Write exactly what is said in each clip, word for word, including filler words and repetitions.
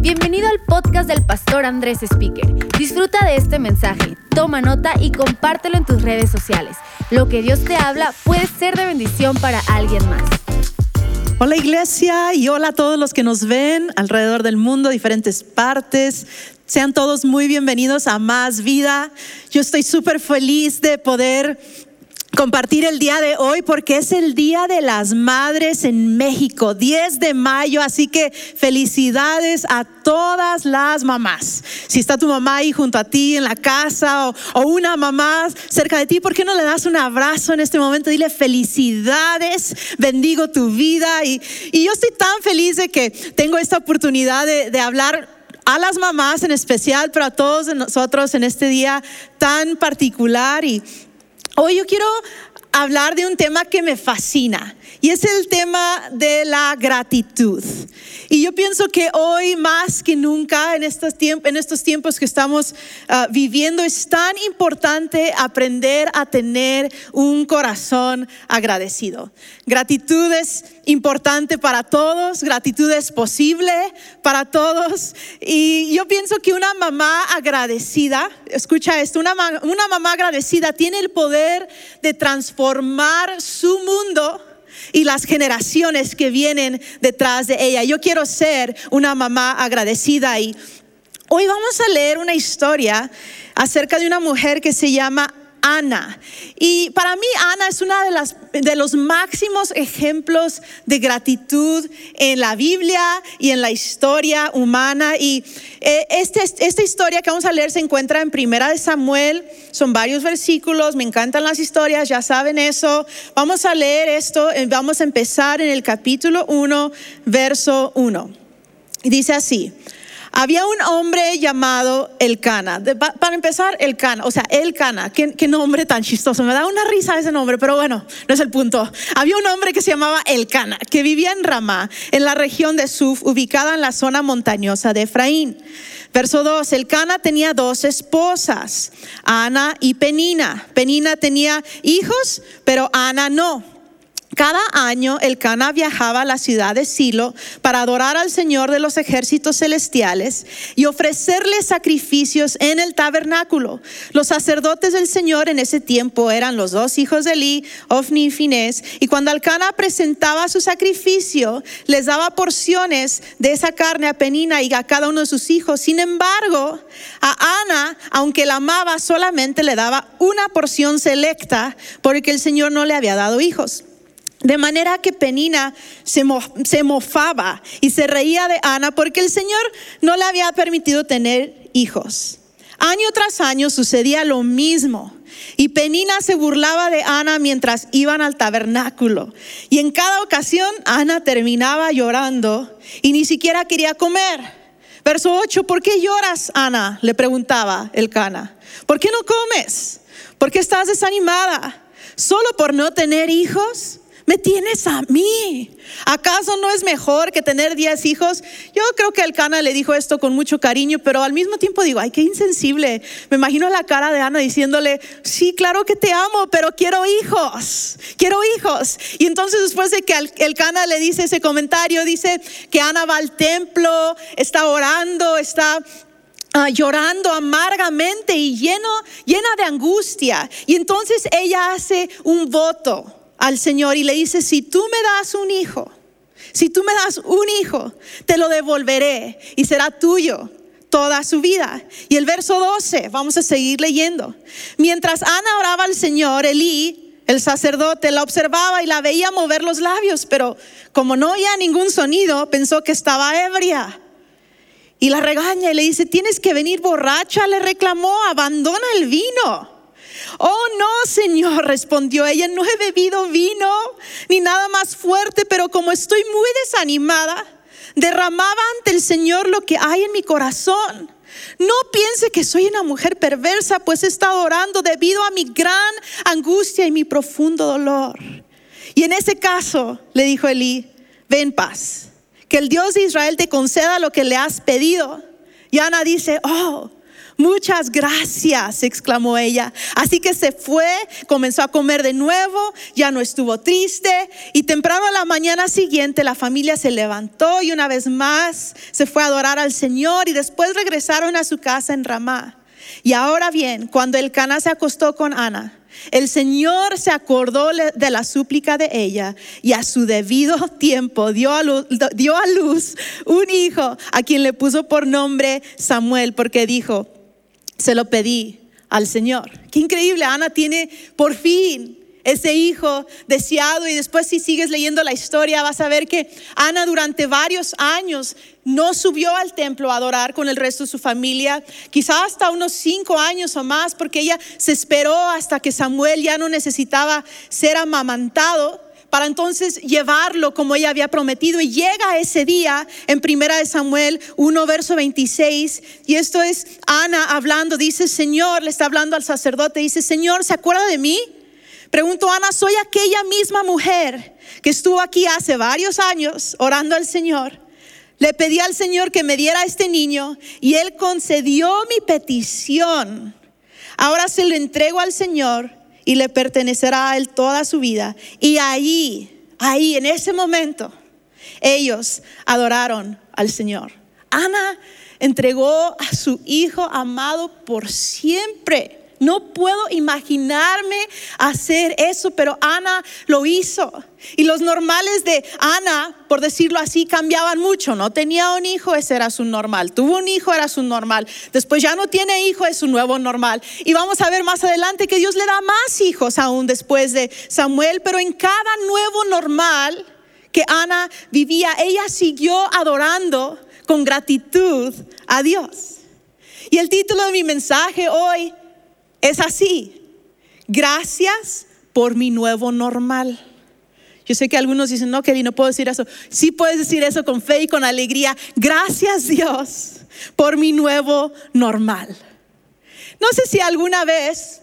Bienvenido al podcast del pastor Andrés Speaker. Disfruta de este mensaje, toma nota y compártelo en tus redes sociales. Lo que Dios te habla puede ser de bendición para alguien más. Hola iglesia y hola a todos los que nos ven alrededor del mundo, diferentes partes. Sean todos muy bienvenidos a Más Vida. Yo estoy súper feliz de poder compartir el día de hoy porque es el Día de las Madres en México, diez de mayo, así que felicidades a todas las mamás. Si está tu mamá ahí junto a ti en la casa o, o una mamá cerca de ti, ¿por qué no le das un abrazo en este momento? Dile felicidades, bendigo tu vida y, y yo estoy tan feliz de que tengo esta oportunidad de, de hablar a las mamás en especial, pero a todos nosotros en este día tan particular. Y hoy yo quiero hablar de un tema que me fascina y es el tema de la gratitud. Y yo pienso que hoy más que nunca en estos tiempos, en estos tiempos que estamos uh, viviendo es tan importante aprender a tener un corazón agradecido. Gratitud es importante para todos, gratitud es posible para todos. Y yo pienso que una mamá agradecida, escucha esto, una, una mamá agradecida tiene el poder de transformar su mundo y las generaciones que vienen detrás de ella. Yo quiero ser una mamá agradecida y hoy vamos a leer una historia acerca de una mujer que se llama Ana. Y para mí Ana es una de las de los máximos ejemplos de gratitud en la Biblia y en la historia humana. Y eh, este, esta historia que vamos a leer se encuentra en Primera de Samuel. Son varios versículos, me encantan las historias, ya saben eso. Vamos a leer esto, vamos a empezar en el capítulo uno, verso uno. Y dice así: había un hombre llamado Elcana. De, pa, para empezar, Elcana, o sea, Elcana, ¿qué, qué nombre tan chistoso. Me da una risa ese nombre, pero bueno, no es el punto. Había un hombre que se llamaba Elcana, que vivía en Ramá, en la región de Suf, ubicada en la zona montañosa de Efraín. Verso dos, Elcana tenía dos esposas, Ana y Penina. Penina tenía hijos, pero Ana no. Cada año Elcana viajaba a la ciudad de Silo para adorar al Señor de los ejércitos celestiales y ofrecerle sacrificios en el tabernáculo. Los sacerdotes del Señor en ese tiempo eran los dos hijos de Eli, Ofni y Finés, y cuando Elcana presentaba su sacrificio, les daba porciones de esa carne a Penina y a cada uno de sus hijos. Sin embargo, a Ana, aunque la amaba, solamente le daba una porción selecta porque el Señor no le había dado hijos. De manera que Penina se, mo, se mofaba y se reía de Ana porque el Señor no le había permitido tener hijos. Año tras año sucedía lo mismo y Penina se burlaba de Ana mientras iban al tabernáculo. Y en cada ocasión Ana terminaba llorando y ni siquiera quería comer. Verso ocho, ¿por qué lloras, Ana?, le preguntaba Elcana. ¿Por qué no comes? ¿Por qué estás desanimada? ¿Solo por no tener hijos? Me tienes a mí. ¿Acaso no es mejor que tener diez hijos? Yo creo que Elcana le dijo esto con mucho cariño, pero al mismo tiempo digo, ay, qué insensible. Me imagino la cara de Ana diciéndole, sí, claro que te amo, pero quiero hijos, quiero hijos. Y entonces después de que Elcana le dice ese comentario, dice que Ana va al templo, está orando, está Uh, llorando amargamente y lleno, llena de angustia. Y entonces ella hace un voto al Señor y le dice, si tú me das un hijo, si tú me das un hijo, te lo devolveré y será tuyo toda su vida. Y el verso doce, vamos a seguir leyendo. Mientras Ana oraba al Señor, Elí, el sacerdote, la observaba y la veía mover los labios, pero como no oía ningún sonido, pensó que estaba ebria. Y la regaña y le dice, tienes que venir borracha, le reclamó, abandona el vino. Oh no, Señor, respondió ella, no he bebido vino ni nada más fuerte, pero como estoy muy desanimada, derramaba ante el Señor lo que hay en mi corazón. No piense que soy una mujer perversa, pues he estado orando debido a mi gran angustia y mi profundo dolor. Y en ese caso, le dijo Elí, ve en paz. Que el Dios de Israel te conceda lo que le has pedido. Y Ana dice, oh, Muchas gracias, exclamó ella. Así que se fue, comenzó a comer de nuevo, ya no estuvo triste. Y temprano a la mañana siguiente la familia se levantó y una vez más se fue a adorar al Señor y después regresaron a su casa en Ramá. Y ahora bien, cuando Elcana se acostó con Ana, el Señor se acordó de la súplica de ella y a su debido tiempo dio a luz, dio a luz un hijo a quien le puso por nombre Samuel, porque dijo: se lo pedí al Señor. Qué increíble, Ana tiene por fin ese hijo deseado. Y después, si sigues leyendo la historia, vas a ver que Ana durante varios años no subió al templo a adorar con el resto de su familia, quizás hasta unos cinco años o más, porque ella se esperó hasta que Samuel ya no necesitaba ser amamantado para entonces llevarlo como ella había prometido. Y llega ese día en primera de Samuel uno verso veintiséis, y esto es Ana hablando. Dice: Señor, le está hablando al sacerdote, dice: Señor, ¿se acuerda de mí? Preguntó Ana: soy aquella misma mujer que estuvo aquí hace varios años orando al Señor. Le pedí al Señor que me diera este niño y Él concedió mi petición. Ahora se lo entrego al Señor y le pertenecerá a Él toda su vida. Y ahí, ahí en ese momento, ellos adoraron al Señor. Ana entregó a su hijo amado por siempre. No puedo imaginarme hacer eso, pero Ana lo hizo. Y los normales de Ana, por decirlo así, cambiaban mucho. No tenía un hijo, ese era su normal. Tuvo un hijo, era su normal. Después ya no tiene hijo, es su nuevo normal. Y vamos a ver más adelante que Dios le da más hijos aún después de Samuel. Pero en cada nuevo normal que Ana vivía, ella siguió adorando con gratitud a Dios. Y el título de mi mensaje hoy es así: gracias por mi nuevo normal. Yo sé que algunos dicen: no, Kelly, no puedo decir eso. Sí puedes decir eso con fe y con alegría. Gracias, Dios, por mi nuevo normal. No sé si alguna vez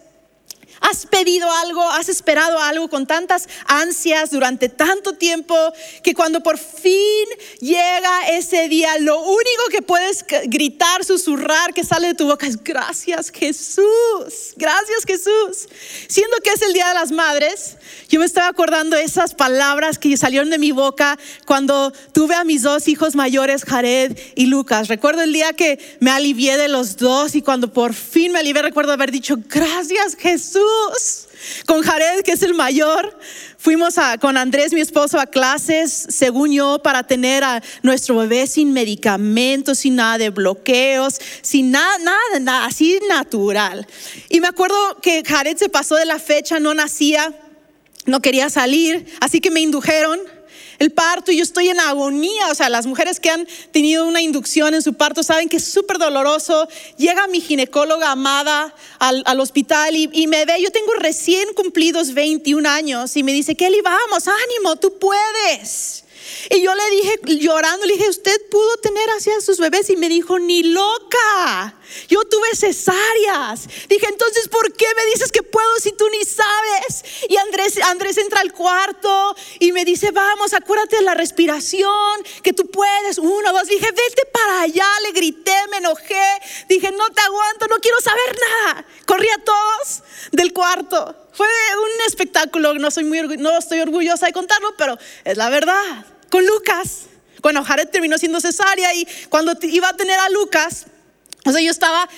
has pedido algo, has esperado algo con tantas ansias durante tanto tiempo, que cuando por fin llega ese día, lo único que puedes gritar, susurrar, que sale de tu boca es: gracias, Jesús, gracias, Jesús. Siendo que es el Día de las Madres, yo me estaba acordando de esas palabras que salieron de mi boca cuando tuve a mis dos hijos mayores, Jared y Lucas. Recuerdo el día que me alivié de los dos, y cuando por fin me alivié, recuerdo haber dicho: gracias, Jesús. Con Jared, que es el mayor, fuimos a, con Andrés, mi esposo, a clases, según yo, para tener a nuestro bebé sin medicamentos, sin nada de bloqueos, sin nada, nada, nada, así natural. Y me acuerdo que Jared se pasó de la fecha, no nacía, no quería salir, así que me indujeron el parto y yo estoy en agonía. O sea, las mujeres que han tenido una inducción en su parto saben que es súper doloroso. Llega mi ginecóloga amada al, al hospital y, y me ve. Yo tengo recién cumplidos veintiún años y me dice: Kelly, vamos, ánimo, tú puedes. Y yo le dije, llorando, le dije: ¿usted pudo tener así a sus bebés? Y me dijo: ni loca, yo tuve cesáreas. Dije: entonces, ¿por qué me dices que puedo si tú ni sabes? Y Andrés, Andrés entra al cuarto y me dice: vamos, acuérdate de la respiración, que tú puedes, uno, dos. Dije: vete para allá. Le grité, me enojé, dije: no te aguanto, no quiero saber nada. Corrí a todos del cuarto. Fue un espectáculo, no, soy muy orgu- no estoy orgullosa de contarlo, pero es la verdad. Con Lucas, bueno, Jared terminó siendo cesárea, y cuando t- iba a tener a Lucas, o sea, yo estaba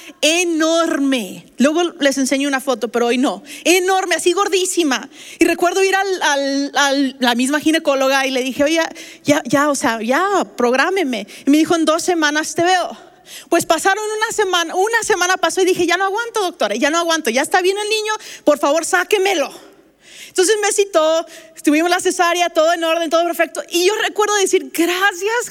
enorme. Luego les enseño una foto, pero hoy no. Enorme, así gordísima. Y recuerdo ir al, al, al la misma ginecóloga y le dije: oye, ya, ya, o sea, ya, prográmeme. Y me dijo: en dos semanas te veo. Pues pasaron una semana, una semana pasó y dije: ya no aguanto, doctora, ya no aguanto, ya está bien el niño, por favor, sáquemelo. Entonces me citó, tuvimos la cesárea, todo en orden, todo perfecto. Y yo recuerdo decir: gracias,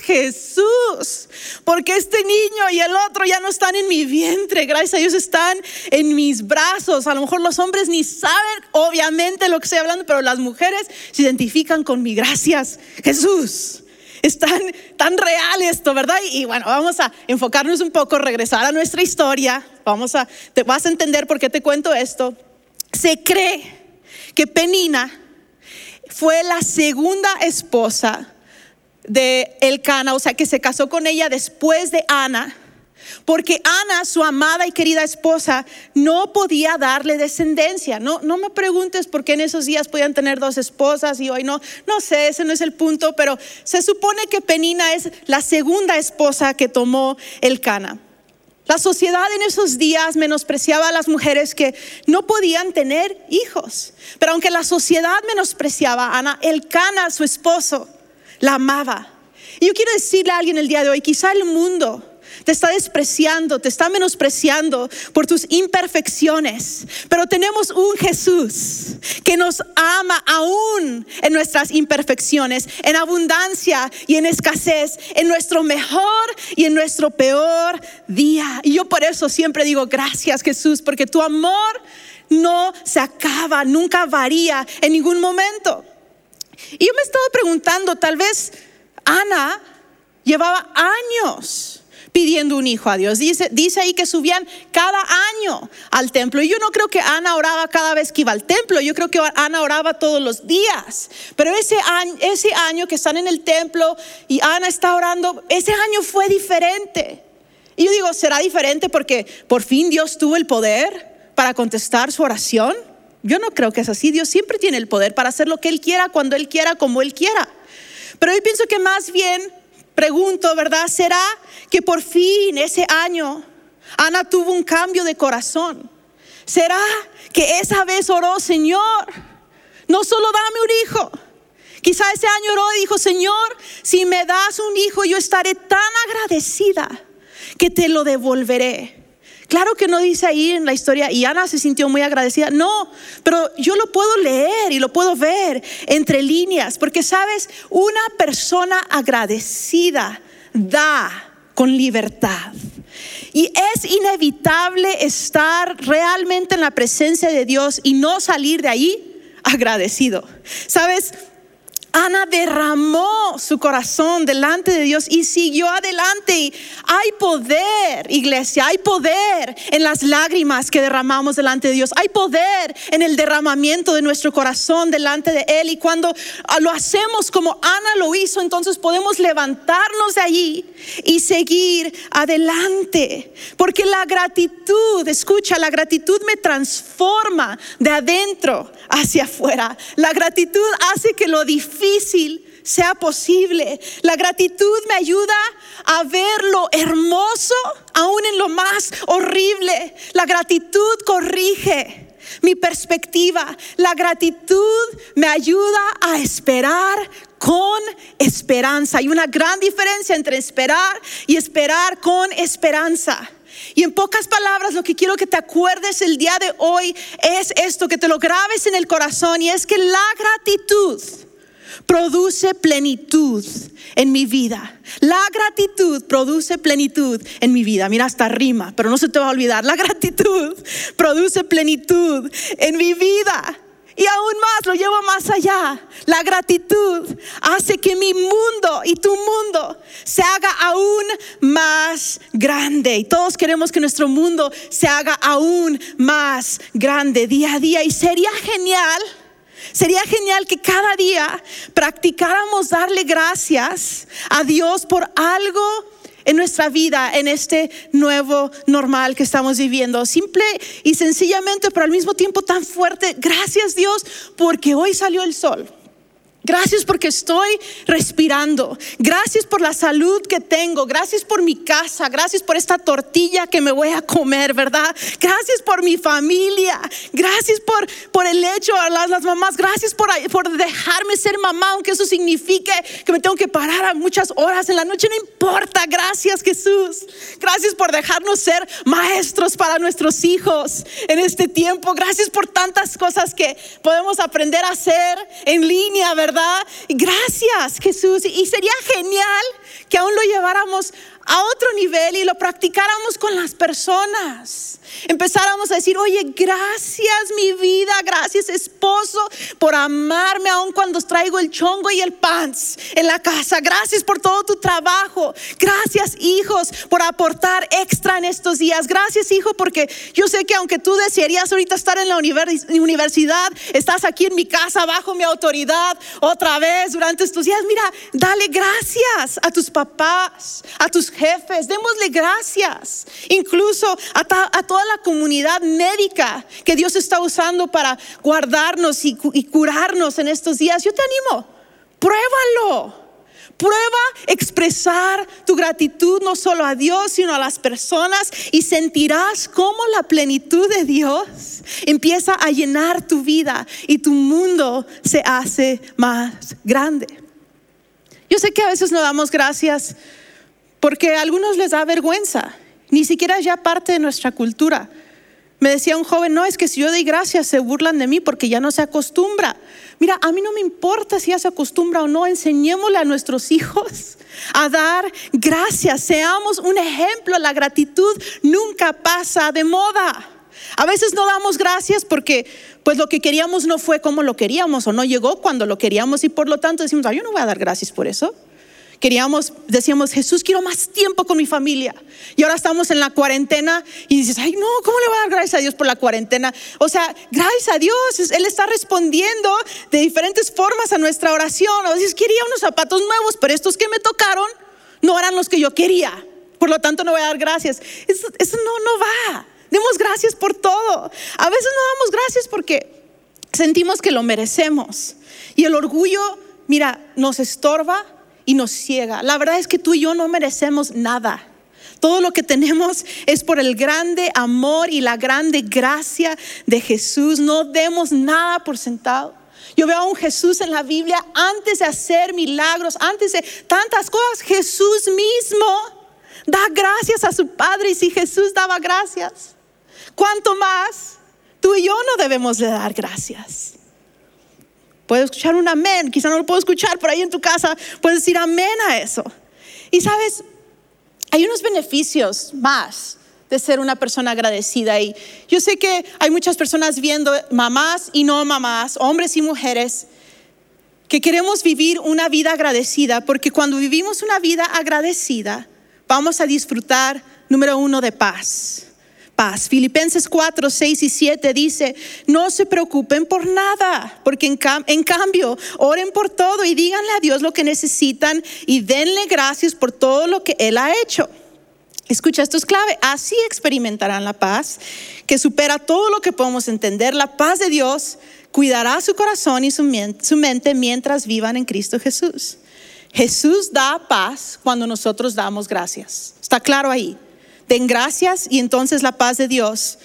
Jesús, porque este niño y el otro ya no están en mi vientre. Gracias a Dios están en mis brazos. A lo mejor los hombres ni saben, obviamente, lo que estoy hablando, pero las mujeres se identifican con mi gracias, Jesús. Es tan, tan real esto, ¿verdad? Y, y bueno, vamos a enfocarnos un poco, regresar a nuestra historia. Vamos a, te vas a entender por qué te cuento esto. Se cree que Penina fue la segunda esposa de Elcana, o sea, que se casó con ella después de Ana, porque Ana, su amada y querida esposa, no podía darle descendencia. No, no me preguntes por qué en esos días podían tener dos esposas y hoy no. No sé, ese no es el punto, pero se supone que Penina es la segunda esposa que tomó Elcana. La sociedad en esos días menospreciaba a las mujeres que no podían tener hijos. Pero aunque la sociedad menospreciaba a Ana, Elcana, su esposo, la amaba. Y yo quiero decirle a alguien el día de hoy, quizá el mundo te está despreciando, te está menospreciando por tus imperfecciones, pero tenemos un Jesús que nos ama aún en nuestras imperfecciones, en abundancia y en escasez, en nuestro mejor y en nuestro peor día. Y yo por eso siempre digo gracias, Jesús, porque tu amor no se acaba, nunca varía en ningún momento. Y yo me he estado preguntando, tal vez Ana llevaba años pidiendo un hijo a Dios. Dice, dice ahí que subían cada año al templo. Y yo no creo que Ana oraba cada vez que iba al templo. Yo creo que Ana oraba todos los días. Pero ese año, ese año que están en el templo y Ana está orando, ese año fue diferente. Y yo digo, ¿será diferente porque por fin Dios tuvo el poder para contestar su oración? Yo no creo que es así. Dios siempre tiene el poder para hacer lo que Él quiera, cuando Él quiera, como Él quiera. Pero yo pienso que más bien pregunto, ¿verdad? ¿Será que por fin ese año Ana tuvo un cambio de corazón? ¿Será que esa vez oró, Señor, no solo dame un hijo? Quizá ese año oró y dijo, Señor, si me das un hijo, yo estaré tan agradecida que te lo devolveré. Claro que no dice ahí en la historia, y Ana se sintió muy agradecida. No, pero yo lo puedo leer y lo puedo ver entre líneas. Porque sabes, una persona agradecida da con libertad. Y es inevitable estar realmente en la presencia de Dios y no salir de ahí agradecido. ¿Sabes? Ana derramó su corazón delante de Dios y siguió adelante. Y hay poder, iglesia, hay poder en las lágrimas que derramamos delante de Dios. Hay poder en el derramamiento de nuestro corazón delante de Él. Y cuando lo hacemos como Ana lo hizo, entonces podemos levantarnos de allí y seguir adelante. Porque la gratitud, escucha, la gratitud me transforma de adentro hacia afuera. La gratitud hace que lo difícil sea posible. La gratitud me ayuda a ver lo hermoso aún en lo más horrible. La gratitud corrige mi perspectiva. La gratitud me ayuda a esperar con esperanza. Hay una gran diferencia entre esperar y esperar con esperanza. Y en pocas palabras, lo que quiero que te acuerdes el día de hoy es esto, que te lo grabes en el corazón, y es que la gratitud produce plenitud en mi vida. La gratitud produce plenitud en mi vida. Mira, hasta rima, pero no se te va a olvidar. La gratitud produce plenitud en mi vida. Y aún más, lo llevo más allá. La gratitud hace que mi mundo y tu mundo se haga aún más grande. Y todos queremos que nuestro mundo se haga aún más grande día a día. Y sería genial, sería genial que cada día practicáramos darle gracias a Dios por algo en nuestra vida, en este nuevo normal que estamos viviendo. Simple y sencillamente, pero al mismo tiempo tan fuerte. Gracias, Dios, porque hoy salió el sol. Gracias porque estoy respirando. Gracias por la salud que tengo. Gracias por mi casa. Gracias por esta tortilla que me voy a comer, ¿verdad? Gracias por mi familia. Gracias por, por el hecho, las, las mamás. Gracias por, por dejarme ser mamá, aunque eso signifique que me tengo que parar a muchas horas en la noche. No importa. Gracias, Jesús. Gracias por dejarnos ser maestros para nuestros hijos en este tiempo. Gracias por tantas cosas que podemos aprender a hacer en línea, ¿verdad? Gracias, Jesús. Y sería genial que aún lo lleváramos a otro nivel y lo practicáramos con las personas. Empezáramos a decir, oye, gracias mi vida, gracias esposo por amarme aún cuando traigo el chongo y el pants en la casa. Gracias por todo tu trabajo. Gracias, hijos, por aportar extra en estos días. Gracias, hijo, porque yo sé que aunque tú desearías ahorita estar en la universidad, estás aquí en mi casa bajo mi autoridad otra vez durante estos días. Mira, dale gracias a tus papás, a tus jefes, démosle gracias. Incluso a, ta, a toda la comunidad médica que Dios está usando para guardarnos y, y curarnos en estos días. Yo te animo, pruébalo. Prueba expresar tu gratitud no solo a Dios, sino a las personas, y sentirás cómo la plenitud de Dios empieza a llenar tu vida y tu mundo se hace más grande. Yo sé que a veces no damos gracias porque a algunos les da vergüenza, ni siquiera es ya parte de nuestra cultura. Me decía un joven, no, es que si yo doy gracias se burlan de mí porque ya no se acostumbra. Mira, a mí no me importa si ya se acostumbra o no, enseñémosle a nuestros hijos a dar gracias, seamos un ejemplo. La gratitud nunca pasa de moda. A veces no damos gracias porque pues lo que queríamos no fue como lo queríamos o no llegó cuando lo queríamos, y por lo tanto decimos, ah, yo no voy a dar gracias por eso. Queríamos, decíamos, Jesús, quiero más tiempo con mi familia. Y ahora estamos en la cuarentena y dices, ay no, ¿cómo le voy a dar gracias a Dios por la cuarentena? O sea, gracias a Dios, Él está respondiendo de diferentes formas a nuestra oración. O dices, quería unos zapatos nuevos, pero estos que me tocaron no eran los que yo quería. Por lo tanto no voy a dar gracias. Eso, eso no, no va. Demos gracias por todo. A veces no damos gracias porque sentimos que lo merecemos. Y el orgullo, mira, nos estorba y nos ciega. La verdad es que tú y yo no merecemos nada. Todo lo que tenemos es por el grande amor y la grande gracia de Jesús. No demos nada por sentado. Yo veo a un Jesús en la Biblia, antes de hacer milagros, antes de tantas cosas, Jesús mismo da gracias a su Padre. Y si Jesús daba gracias, ¿cuánto más tú y yo no debemos de dar gracias? Puedo escuchar un amén, quizá no lo puedo escuchar por ahí en tu casa, puedes decir amén a eso. Y sabes, hay unos beneficios más de ser una persona agradecida. Y yo sé que hay muchas personas viendo, mamás y no mamás, hombres y mujeres, que queremos vivir una vida agradecida, porque cuando vivimos una vida agradecida, vamos a disfrutar, número uno, de paz. Paz. Filipenses cuatro, seis y siete dice, no se preocupen por nada, porque en, cam- en cambio oren por todo y díganle a Dios lo que necesitan y denle gracias por todo lo que Él ha hecho. Escucha, esto es clave. Así experimentarán la paz que supera todo lo que podemos entender. La paz de Dios cuidará su corazón y su, mien- su mente mientras vivan en Cristo Jesús. Jesús da paz cuando nosotros damos gracias. ¿Está claro ahí? Den gracias y entonces la paz de Dios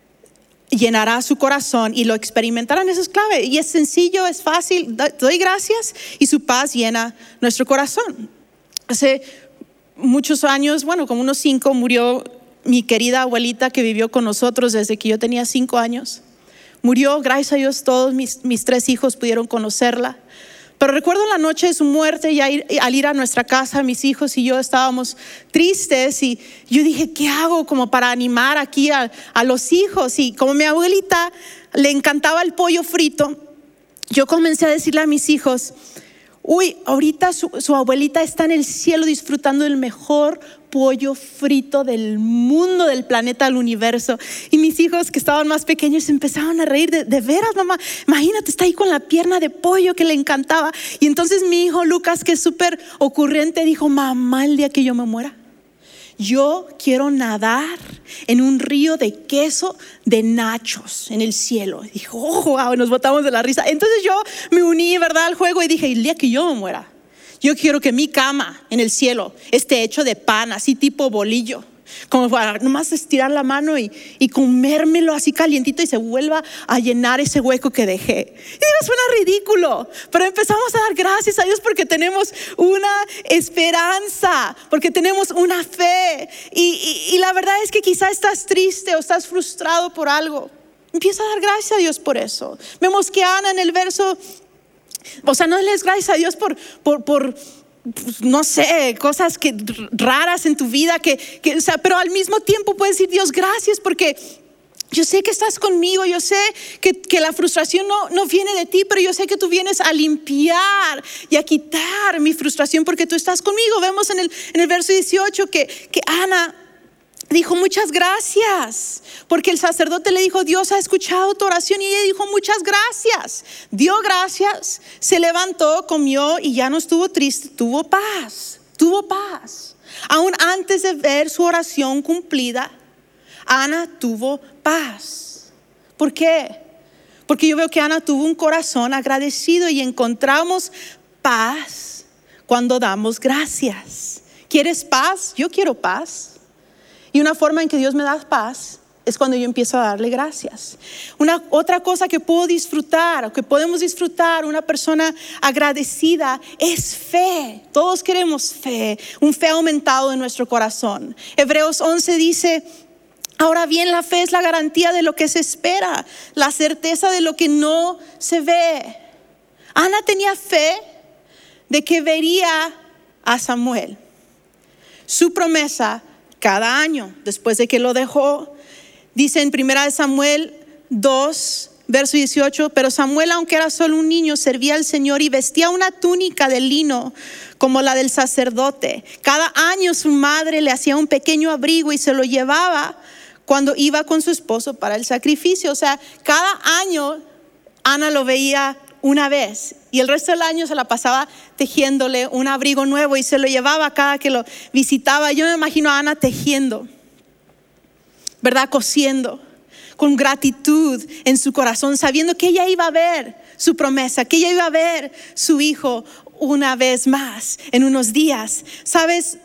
llenará su corazón y lo experimentarán. Eso es clave y es sencillo, es fácil. Doy gracias y su paz llena nuestro corazón. Hace muchos años, bueno, como unos cinco, murió mi querida abuelita que vivió con nosotros desde que yo tenía cinco años. Murió, gracias a Dios, todos mis, mis tres hijos pudieron conocerla. Pero recuerdo la noche de su muerte y al ir a nuestra casa, mis hijos y yo estábamos tristes y yo dije, ¿qué hago como para animar aquí a, a los hijos? Y como mi abuelita le encantaba el pollo frito, yo comencé a decirle a mis hijos, uy, ahorita su, su abuelita está en el cielo disfrutando del mejor pollo frito del mundo, del planeta, del universo. Y mis hijos que estaban más pequeños empezaron a reír, de, de veras mamá, imagínate, está ahí con la pierna de pollo que le encantaba. Y entonces mi hijo Lucas, que es súper ocurrente, dijo, mamá, el día que yo me muera, yo quiero nadar en un río de queso de nachos en el cielo. Y dijo, oh, wow, nos botamos de la risa. Entonces yo me uní, ¿verdad?, al juego y dije, el día que yo me muera, yo quiero que mi cama en el cielo esté hecho de pan, así tipo bolillo, como para nomás estirar la mano y, y comérmelo así calientito y se vuelva a llenar ese hueco que dejé. Y digo, suena ridículo, pero empezamos a dar gracias a Dios porque tenemos una esperanza, porque tenemos una fe. Y, y, y la verdad es que quizá estás triste o estás frustrado por algo. Empieza a dar gracias a Dios por eso. Vemos que Ana en el verso, o sea, no le des gracias a Dios por, por, por no sé, cosas que, raras en tu vida, que, que, o sea, pero al mismo tiempo puedes decir, Dios, gracias porque yo sé que estás conmigo, yo sé que, que la frustración no, no viene de ti, pero yo sé que tú vienes a limpiar y a quitar mi frustración porque tú estás conmigo. Vemos en el, en el verso dieciocho que, que Ana dijo muchas gracias, porque el sacerdote le dijo, Dios ha escuchado tu oración, y ella dijo muchas gracias, dio gracias, se levantó, comió y ya no estuvo triste, tuvo paz. tuvo paz. Aún antes de ver su oración cumplida, Ana tuvo paz. ¿Por qué? Porque yo veo que Ana tuvo un corazón agradecido y encontramos paz cuando damos gracias. ¿Quieres paz? Yo quiero paz. Y una forma en que Dios me da paz es cuando yo empiezo a darle gracias. Una otra cosa que puedo disfrutar, o que podemos disfrutar, una persona agradecida, es fe. Todos queremos fe, un fe aumentado en nuestro corazón. Hebreos once dice: ahora bien, la fe es la garantía de lo que se espera, la certeza de lo que no se ve. Ana tenía fe de que vería a Samuel. Su promesa cada año, después de que lo dejó, dice en primera de Samuel dos, verso dieciocho: pero Samuel, aunque era solo un niño, servía al Señor y vestía una túnica de lino como la del sacerdote. Cada año su madre le hacía un pequeño abrigo y se lo llevaba cuando iba con su esposo para el sacrificio. O sea, cada año Ana lo veía una vez y el resto del año se la pasaba tejiéndole un abrigo nuevo y se lo llevaba cada que lo visitaba. Yo me imagino a Ana tejiendo, ¿verdad? Cosiendo, con gratitud en su corazón, sabiendo que ella iba a ver su promesa, que ella iba a ver su hijo una vez más en unos días. ¿Sabes?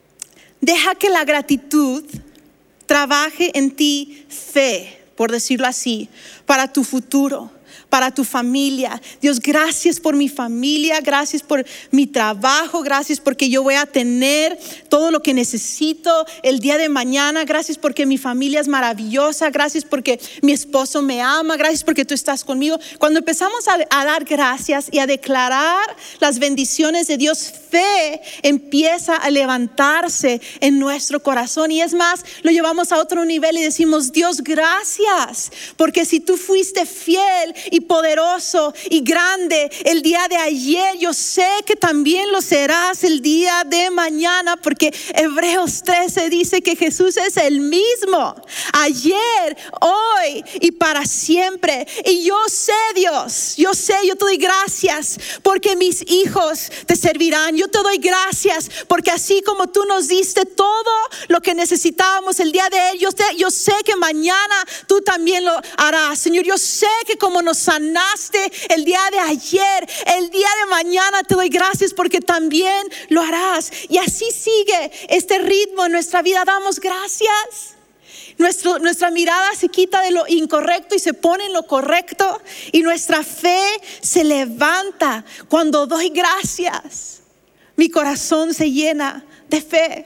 Deja que la gratitud trabaje en ti fe, por decirlo así, para tu futuro, para tu familia. Dios, gracias por mi familia, gracias por mi trabajo, gracias porque yo voy a tener todo lo que necesito el día de mañana, gracias porque mi familia es maravillosa, gracias porque mi esposo me ama, gracias porque tú estás conmigo. Cuando empezamos a, a dar gracias y a declarar las bendiciones de Dios, fe empieza a levantarse en nuestro corazón, y es más, lo llevamos a otro nivel y decimos: Dios, gracias, porque si tú fuiste fiel y poderoso y grande el día de ayer, yo sé que también lo serás el día de mañana, porque Hebreos trece dice que Jesús es el mismo ayer, hoy y para siempre. Y yo sé, Dios, yo sé, yo te doy gracias porque mis hijos te servirán. Yo te doy gracias porque así como tú nos diste todo lo que necesitábamos el día de ayer, yo sé, yo sé que mañana tú también lo harás, Señor. Yo sé que como nos sanaste el día de ayer, el día de mañana te doy gracias porque también lo harás. Y así sigue este ritmo en nuestra vida. Damos gracias. Nuestro, nuestra mirada se quita de lo incorrecto y se pone en lo correcto, y nuestra fe se levanta cuando doy gracias. Mi corazón se llena de fe.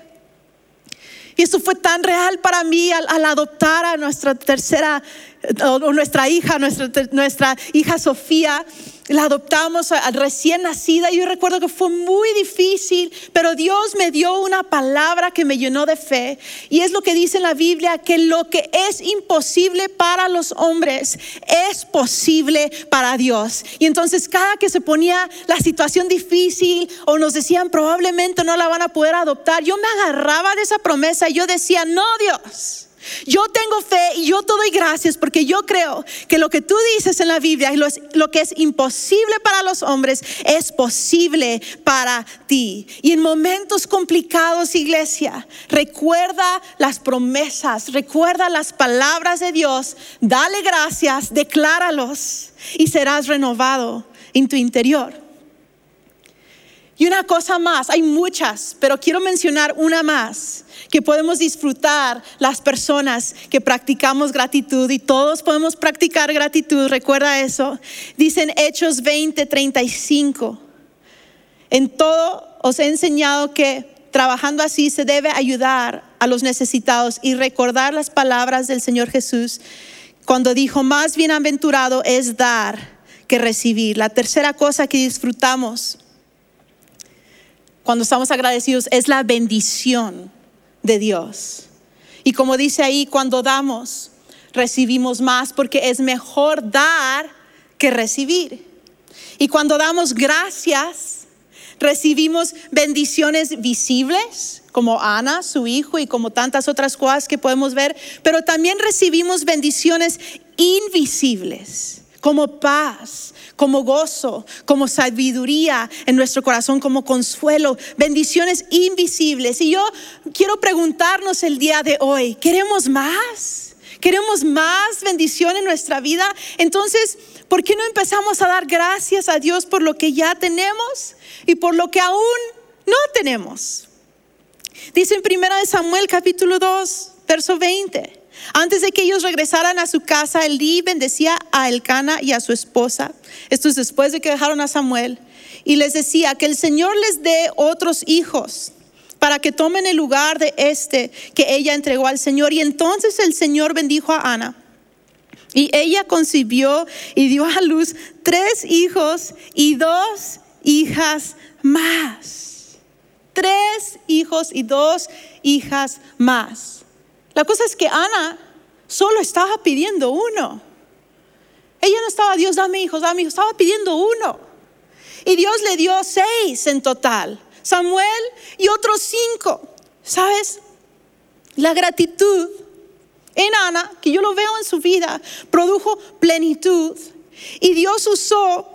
Y eso fue tan real para mí al, al adoptar a nuestra tercera o nuestra hija, nuestra, nuestra hija Sofía. La adoptamos a, a recién nacida. Yo recuerdo que fue muy difícil, pero Dios me dio una palabra que me llenó de fe. Y es lo que dice en la Biblia, que lo que es imposible para los hombres es posible para Dios. Y entonces cada que se ponía la situación difícil o nos decían probablemente no la van a poder adoptar, yo me agarraba de esa promesa y yo decía: no, Dios, yo tengo fe y yo te doy gracias porque yo creo que lo que tú dices en la Biblia, lo, es, lo que es imposible para los hombres, es posible para ti. Y en momentos complicados, iglesia, recuerda las promesas, recuerda las palabras de Dios, dale gracias, decláralos y serás renovado en tu interior. Y una cosa más, hay muchas, pero quiero mencionar una más que podemos disfrutar las personas que practicamos gratitud, y todos podemos practicar gratitud, recuerda eso. Dicen Hechos veinte, treinta y cinco: en todo os he enseñado que trabajando así se debe ayudar a los necesitados y recordar las palabras del Señor Jesús cuando dijo: más bienaventurado es dar que recibir. La tercera cosa que disfrutamos cuando estamos agradecidos es la bendición de Dios. Y como dice ahí, cuando damos, recibimos más, porque es mejor dar que recibir. Y cuando damos gracias, recibimos bendiciones visibles, como Ana, su hijo, y como tantas otras cosas que podemos ver, pero también recibimos bendiciones invisibles, como paz, como gozo, como sabiduría en nuestro corazón, como consuelo, bendiciones invisibles. Y yo quiero preguntarnos el día de hoy, ¿queremos más? ¿Queremos más bendición en nuestra vida? Entonces, ¿por qué no empezamos a dar gracias a Dios por lo que ya tenemos y por lo que aún no tenemos? Dice en primera de Samuel capítulo dos, verso veinte. Antes de que ellos regresaran a su casa, Elí bendecía a Elcana y a su esposa. Esto es después de que dejaron a Samuel. Y les decía que el Señor les dé otros hijos para que tomen el lugar de este que ella entregó al Señor. Y entonces el Señor bendijo a Ana. Y ella concibió y dio a luz tres hijos y dos hijas más. Tres hijos y dos hijas más. La cosa es que Ana solo estaba pidiendo uno. Ella no estaba, Dios, dame hijos, dame hijos. Estaba pidiendo uno. Y Dios le dio seis en total. Samuel y otros cinco. ¿Sabes? La gratitud en Ana, que yo lo veo en su vida, produjo plenitud. Y Dios usó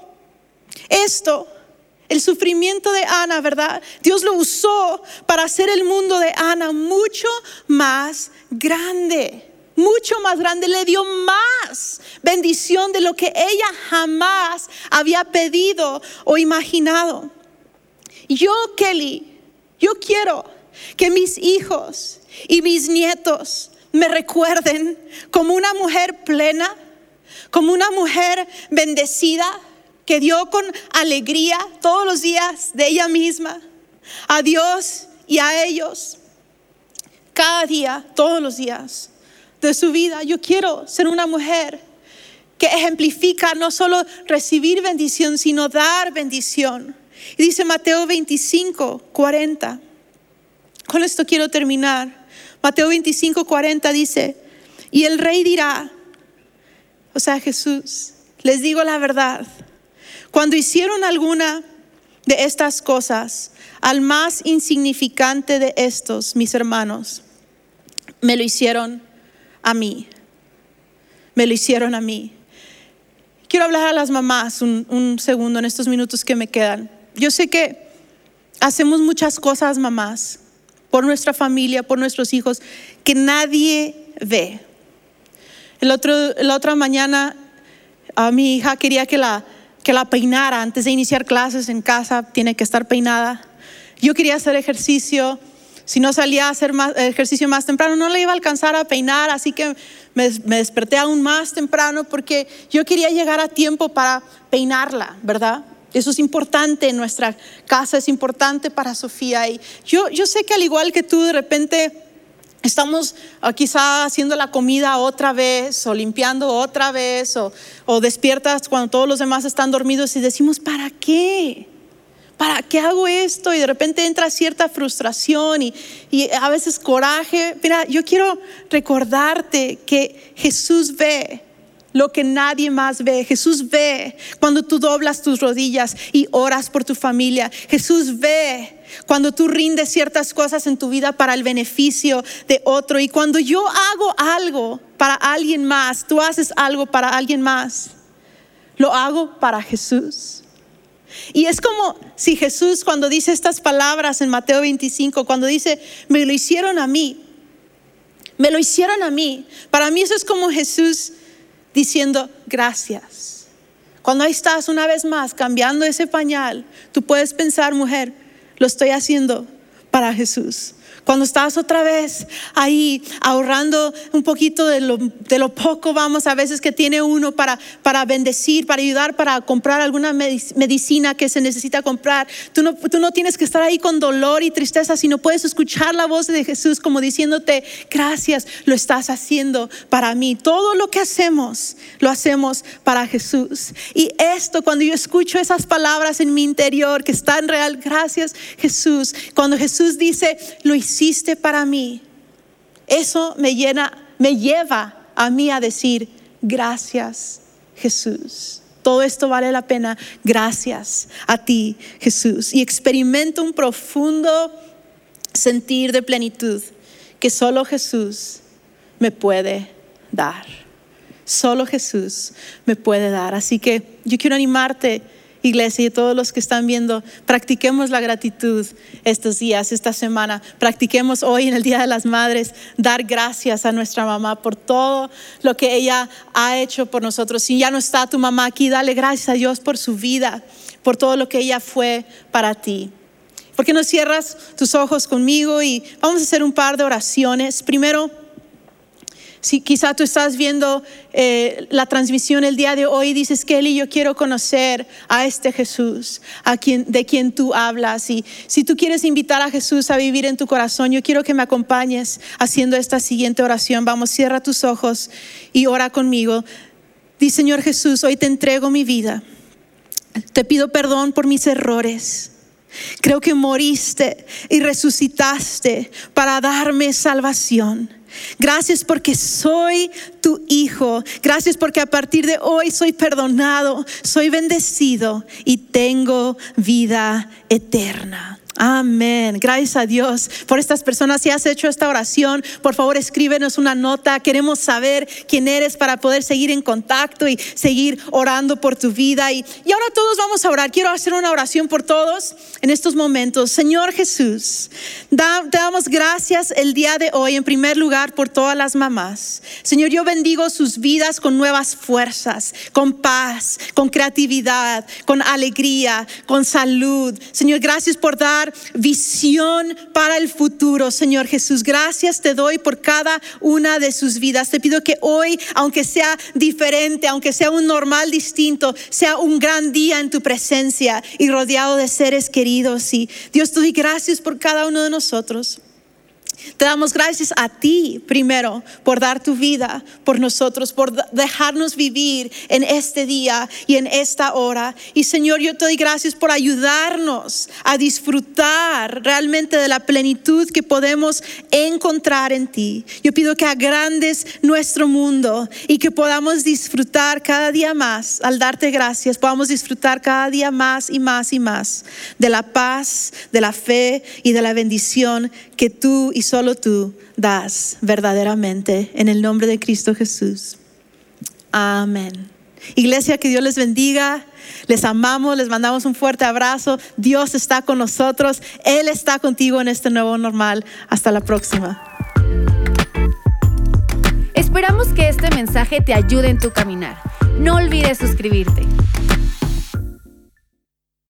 esto, el sufrimiento de Ana, ¿verdad? Dios lo usó para hacer el mundo de Ana mucho más grande. Mucho más grande. Le dio más bendición de lo que ella jamás había pedido o imaginado. Yo, Kelly, yo quiero que mis hijos y mis nietos me recuerden como una mujer plena, como una mujer bendecida, que dio con alegría todos los días de ella misma a Dios y a ellos. Cada día, todos los días de su vida. Yo quiero ser una mujer que ejemplifica no solo recibir bendición, sino dar bendición. Y dice Mateo veinticinco, cuarenta. Con esto quiero terminar. Mateo veinticinco, cuarenta dice: y el rey dirá, o sea Jesús, les digo la verdad, cuando hicieron alguna de estas cosas al más insignificante de estos, mis hermanos, me lo hicieron a mí. Me lo hicieron a mí. Quiero hablar a las mamás un, un segundo en estos minutos que me quedan. Yo sé que hacemos muchas cosas, mamás, por nuestra familia, por nuestros hijos, que nadie ve. El otro, la otra mañana, a mi hija quería que la que la peinara antes de iniciar clases en casa. Tiene que estar peinada. Yo quería hacer ejercicio. Si no salía a hacer más, ejercicio más temprano, no le iba a alcanzar a peinar, así que me, me desperté aún más temprano porque yo quería llegar a tiempo para peinarla, ¿verdad? Eso es importante en nuestra casa, es importante para Sofía. Y yo, yo sé que al igual que tú, de repente estamos uh, quizá haciendo la comida otra vez o limpiando otra vez o, o despiertas cuando todos los demás están dormidos y decimos, ¿para qué? ¿Para qué hago esto? Y de repente entra cierta frustración y, y a veces coraje. Mira, yo quiero recordarte que Jesús ve lo que nadie más ve. Jesús ve cuando tú doblas tus rodillas y oras por tu familia. Jesús ve cuando tú rindes ciertas cosas en tu vida para el beneficio de otro. Y cuando yo hago algo para alguien más, tú haces algo para alguien más, lo hago para Jesús. Y es como si Jesús, cuando dice estas palabras en Mateo veinticinco, cuando dice, me lo hicieron a mí, me lo hicieron a mí. Para mí eso es como Jesús diciendo gracias. Cuando ahí estás una vez más cambiando ese pañal, tú puedes pensar, mujer, lo estoy haciendo para Jesús. Cuando estás otra vez ahí ahorrando un poquito de lo, de lo poco, vamos, a veces que tiene uno para, para bendecir, para ayudar, para comprar alguna medicina que se necesita comprar. Tú no, tú no tienes que estar ahí con dolor y tristeza, sino puedes escuchar la voz de Jesús como diciéndote, gracias, lo estás haciendo para mí. Todo lo que hacemos, lo hacemos para Jesús. Y esto, cuando yo escucho esas palabras en mi interior, que están real, gracias Jesús. Cuando Jesús dice, lo hiciste para mí, eso me llena, me lleva a mí a decir gracias Jesús. Todo esto vale la pena gracias a ti Jesús. Y experimento un profundo sentir de plenitud que solo Jesús me puede dar. Solo Jesús me puede dar. Así que yo quiero animarte, iglesia, y a todos los que están viendo, practiquemos la gratitud estos días, esta semana. Practiquemos hoy en el Día de las Madres, dar gracias a nuestra mamá por todo lo que ella ha hecho por nosotros. Si ya no está tu mamá aquí, dale gracias a Dios por su vida, por todo lo que ella fue para ti. ¿Por qué no cierras tus ojos conmigo y vamos a hacer un par de oraciones? Primero, si quizá tú estás viendo eh, la transmisión el día de hoy y dices, Kelly, yo quiero conocer a este Jesús, a quien, de quien tú hablas. Y si tú quieres invitar a Jesús a vivir en tu corazón, yo quiero que me acompañes haciendo esta siguiente oración. Vamos, cierra tus ojos y ora conmigo. Di, Señor Jesús, hoy te entrego mi vida. Te pido perdón por mis errores. Creo que moriste y resucitaste para darme salvación. Gracias porque soy tu hijo. Gracias porque a partir de hoy soy perdonado, soy bendecido y tengo vida eterna. Amén. Gracias a Dios por estas personas. Si has hecho esta oración, por favor escríbenos una nota. Queremos saber quién eres para poder seguir en contacto y seguir orando por tu vida. Y, y ahora todos vamos a orar. Quiero hacer una oración por todos en estos momentos. Señor Jesús, da, te damos gracias el día de hoy en primer lugar por todas las mamás. Señor, yo bendigo sus vidas con nuevas fuerzas, con paz, con creatividad, con alegría, con salud. Señor, gracias por dar visión para el futuro. Señor Jesús, gracias te doy por cada una de sus vidas. Te pido que hoy, aunque sea diferente, aunque sea un normal distinto, sea un gran día en tu presencia y rodeado de seres queridos. Y Dios, te doy gracias por cada uno de nosotros. Te damos gracias a ti primero por dar tu vida por nosotros, por dejarnos vivir en este día y en esta hora. Y Señor, yo te doy gracias por ayudarnos a disfrutar realmente de la plenitud que podemos encontrar en ti. Yo pido que agrandes nuestro mundo y que podamos disfrutar cada día más. Al darte gracias, podamos disfrutar cada día más y más y más de la paz, de la fe y de la bendición que tú y solo tú das verdaderamente, en el nombre de Cristo Jesús. Amén. Iglesia, que Dios les bendiga. Les amamos, les mandamos un fuerte abrazo. Dios está con nosotros. Él está contigo en este nuevo normal. Hasta la próxima. Esperamos que este mensaje te ayude en tu caminar. No olvides suscribirte.